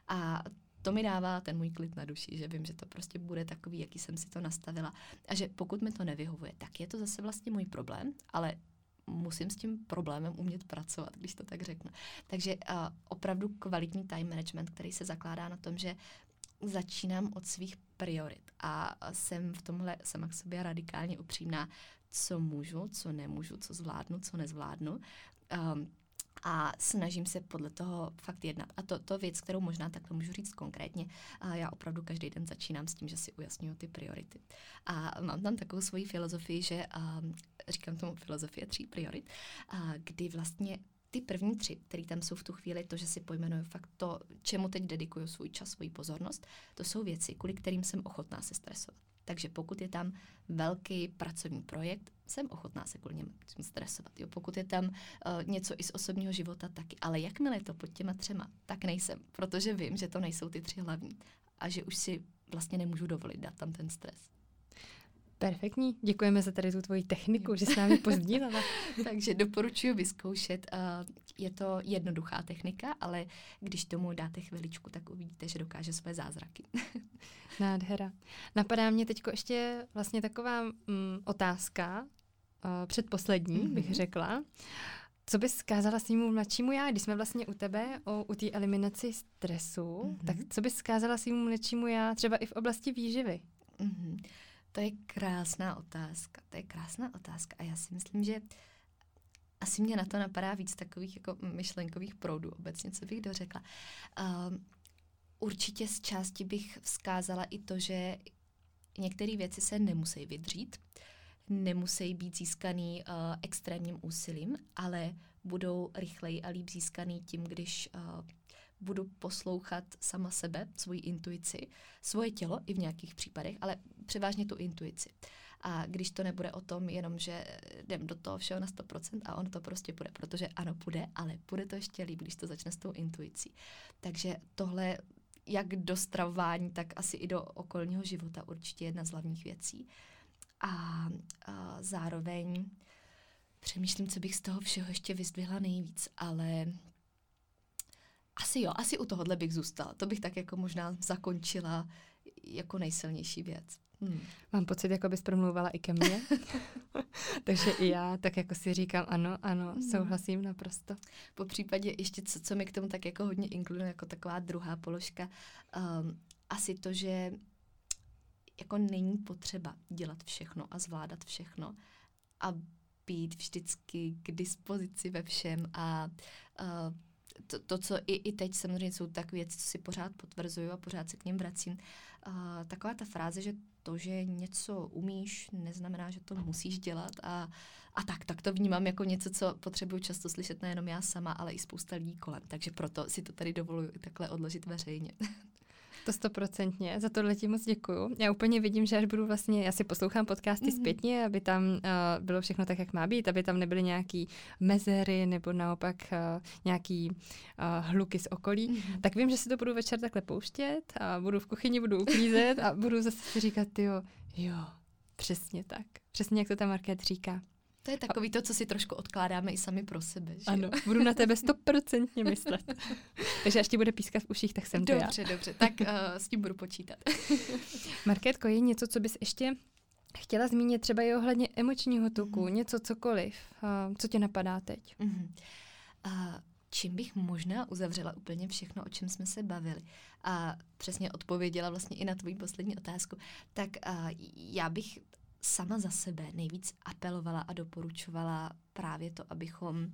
B: a to mi dává ten můj klid na duši, že vím, že to prostě bude takový, jaký jsem si to nastavila a že pokud mi to nevyhovuje, tak je to zase vlastně můj problém, ale musím s tím problémem umět pracovat, když to tak řeknu. Takže uh, opravdu kvalitní time management, který se zakládá na tom, že začínám od svých priorit a jsem v tomhle sama k sobě radikálně upřímná, co můžu, co nemůžu, co zvládnu, co nezvládnu. Um, A snažím se podle toho fakt jednat. A to, to věc, kterou možná takhle můžu říct konkrétně, a já opravdu každý den začínám s tím, že si ujasňuju ty priority. A mám tam takovou svoji filozofii, že a, říkám tomu filozofie tří priorit, a, kdy vlastně ty první tři, které tam jsou v tu chvíli, to, že si pojmenuju fakt to, čemu teď dedikuju svůj čas, svoji pozornost, to jsou věci, kvůli kterým jsem ochotná se stresovat. Takže pokud je tam velký pracovní projekt, jsem ochotná se kvůli němu stresovat. Jo? Pokud je tam uh, něco i z osobního života, taky. Ale jakmile je to pod těma třema, tak nejsem, protože vím, že to nejsou ty tři hlavní a že už si vlastně nemůžu dovolit dát tam ten stres.
A: Perfektní. Děkujeme za tady tu tvoji techniku, že jsi námi pozdílela.
B: Takže doporučuji vyzkoušet. Je to jednoduchá technika, ale když tomu dáte chviličku, tak uvidíte, že dokáže své zázraky.
A: Nádhera. Napadá mě teď ještě vlastně taková mm, otázka, uh, předposlední, mm-hmm. bych řekla. Co bys vzkázala svýmu mladšímu já, když jsme vlastně u tebe, o, u té eliminaci stresu, mm-hmm. tak co bys vzkázala svýmu mladšímu já třeba i v oblasti výživy?
B: Mm-hmm. To je krásná otázka, to je krásná otázka a já si myslím, že asi mě na to napadá víc takových jako myšlenkových proudů obecně, co bych dořekla. Um, určitě z části bych vzkázala i to, že některé věci se nemusí vydřít, nemusí být získaný uh, extrémním úsilím, ale budou rychleji a líp získaný tím, když uh, budu poslouchat sama sebe, svoji intuici, svoje tělo i v nějakých případech, ale převážně tu intuici. A když to nebude o tom jenom, že jdem do toho všeho na sto procent a ono to prostě půjde, protože ano, půjde, ale půjde to ještě líp, když to začne s tou intuicí. Takže tohle, jak do stravování, tak asi i do okolního života určitě jedna z hlavních věcí. A, a zároveň přemýšlím, co bych z toho všeho ještě vyzdvihla nejvíc, ale asi jo, asi u tohohle bych zůstala. To bych tak jako možná zakončila jako nejsilnější věc. Hmm.
A: Mám pocit, jako bys promluvala i ke mně. Takže i já tak jako si říkám ano, ano, hmm. souhlasím naprosto.
B: Po případě ještě, co, co mi k tomu tak jako hodně inkluduje, jako taková druhá položka, um, asi to, že jako není potřeba dělat všechno a zvládat všechno a být vždycky k dispozici ve všem a uh, To, to, co i, i teď samozřejmě jsou takové věci, co si pořád potvrzuju a pořád se k něm vracím. Uh, taková ta fráze, že to, že něco umíš, neznamená, že to musíš dělat a, a tak, tak to vnímám jako něco, co potřebuju často slyšet nejenom já sama, ale i spousta lidí kolem. Takže proto si to tady dovoluji takhle odložit veřejně.
A: To stoprocentně, za tohle ti moc děkuju. Já úplně vidím, že až budu vlastně, já si poslouchám podcasty mm-hmm. zpětně, aby tam uh, bylo všechno tak, jak má být, aby tam nebyly nějaký mezery nebo naopak uh, nějaký uh, hluky z okolí. Mm-hmm. Tak vím, že si to budu večer takhle pouštět a budu v kuchyni, budu uklízet a budu zase si říkat, tyjo, jo, přesně tak. Přesně jak to ta Markéta říká.
B: To je takový to, co si trošku odkládáme i sami pro sebe. Že
A: ano, budu na tebe stoprocentně myslet. Takže až ti bude pískat v uších, tak jsem to já.
B: Dobře, dobře, tak uh, s tím budu počítat.
A: Markétko, je něco, co bys ještě chtěla zmínit, třeba i ohledně emočního tuku, mm. něco cokoliv, uh, co tě napadá teď?
B: Mm. Uh, čím bych možná uzavřela úplně všechno, o čem jsme se bavili a přesně odpověděla vlastně i na tvoji poslední otázku, tak uh, já bych sama za sebe nejvíc apelovala a doporučovala právě to, abychom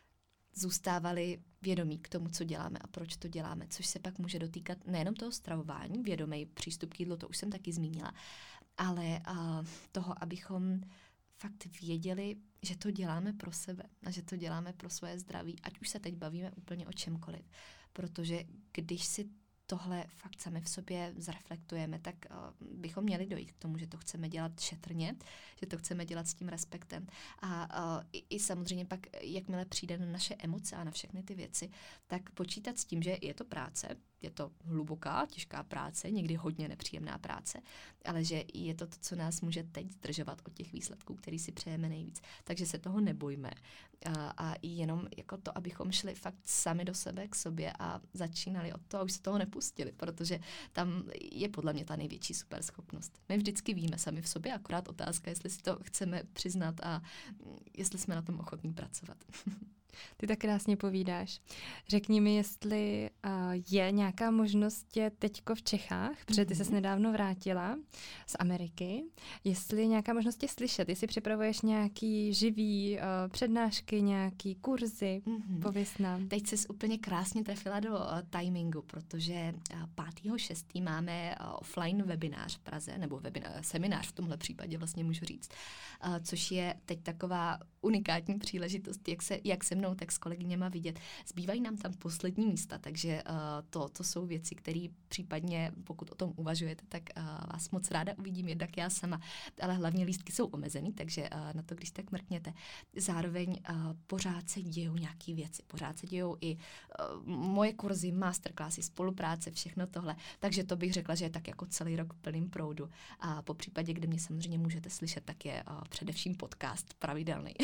B: zůstávali vědomí k tomu, co děláme a proč to děláme, což se pak může dotýkat nejenom toho stravování, vědomý přístup k jídlu, to už jsem taky zmínila, ale uh, toho, abychom fakt věděli, že to děláme pro sebe a že to děláme pro svoje zdraví, ať už se teď bavíme úplně o čemkoliv, protože když si tohle fakt sami v sobě zreflektujeme, tak uh, bychom měli dojít k tomu, že to chceme dělat šetrně, že to chceme dělat s tím respektem. A uh, i, i samozřejmě pak, jakmile přijde na naše emoce a na všechny ty věci, tak počítat s tím, že je to práce, je to hluboká, těžká práce, někdy hodně nepříjemná práce, ale že je to to, co nás může teď zdržovat od těch výsledků, který si přejeme nejvíc. Takže se toho nebojme. A, a jenom jako to, abychom šli fakt sami do sebe, k sobě a začínali od toho a už se toho nepustili, protože tam je podle mě ta největší superschopnost. My vždycky víme sami v sobě, akorát otázka, jestli si to chceme přiznat a jestli jsme na tom ochotní pracovat.
A: Ty tak krásně povídáš. Řekni mi, jestli uh, je nějaká možnost tě teďko v Čechách, protože ty ses nedávno vrátila z Ameriky, jestli je nějaká možnost tě slyšet, jestli připravuješ nějaký živý uh, přednášky, nějaký kurzy, mm-hmm. pověz nám.
B: Teď ses úplně krásně trefila do uh, timingu, protože uh, pátého šestého máme uh, offline webinář v Praze, nebo webinář, seminář v tomhle případě vlastně můžu říct, uh, což je teď taková unikátní příležitost, jak se, jak se mnou, tak s kolegyněma vidět. Zbývají nám tam poslední místa, takže uh, to, to jsou věci, které případně, pokud o tom uvažujete, tak uh, vás moc ráda uvidím, jednak já sama, ale hlavně lístky jsou omezený, takže uh, na to, když tak mrkněte. Zároveň uh, pořád se dějou nějaké věci, pořád se dějou i uh, moje kurzy, masterclassy, spolupráce, všechno tohle, takže to bych řekla, že je tak jako celý rok v plným proudu. A po případě, kde mě samozřejmě můžete slyšet, tak je uh, především podcast pravidelný.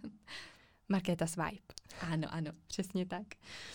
A: Markéta's Vibe.
B: Ano, ano.
A: Přesně tak.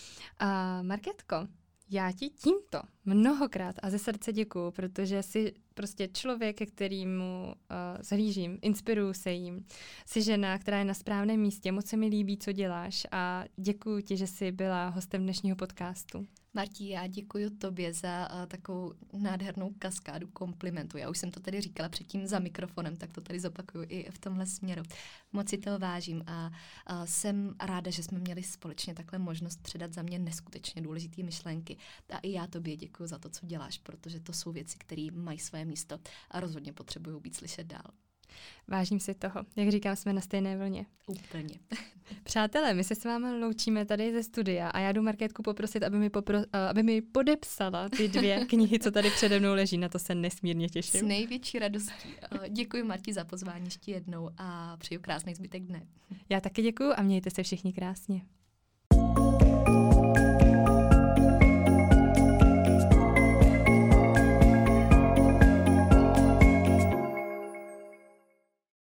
A: Uh, Markétko, já ti tímto mnohokrát a ze srdce děkuju, protože jsi prostě člověk, ke kterému uh, zhlížím, inspiruju se jim. Jsi žena, která je na správném místě, moc se mi líbí, co děláš a děkuju ti, že jsi byla hostem dnešního podcastu.
B: Martí, já děkuji tobě za uh, takovou nádhernou kaskádu komplimentů. Já už jsem to tady říkala předtím za mikrofonem, tak to tady zopakuju i v tomhle směru. Moc si to vážím a uh, jsem ráda, že jsme měli společně takhle možnost předat za mě neskutečně důležité myšlenky. A i já tobě děkuji za to, co děláš, protože to jsou věci, které mají své místo a rozhodně potřebují být slyšet dál.
A: Vážím si toho. Jak říkám, jsme na stejné vlně.
B: Úplně.
A: Přátelé, my se s vámi loučíme tady ze studia a já jdu Markétku poprosit, aby mi, popro, aby mi podepsala ty dvě knihy, co tady přede mnou leží. Na to se nesmírně těším.
B: S největší radostí. Děkuji, Marti, za pozvání ještě jednou a přeju krásný zbytek dne.
A: Já taky děkuju a mějte se všichni krásně.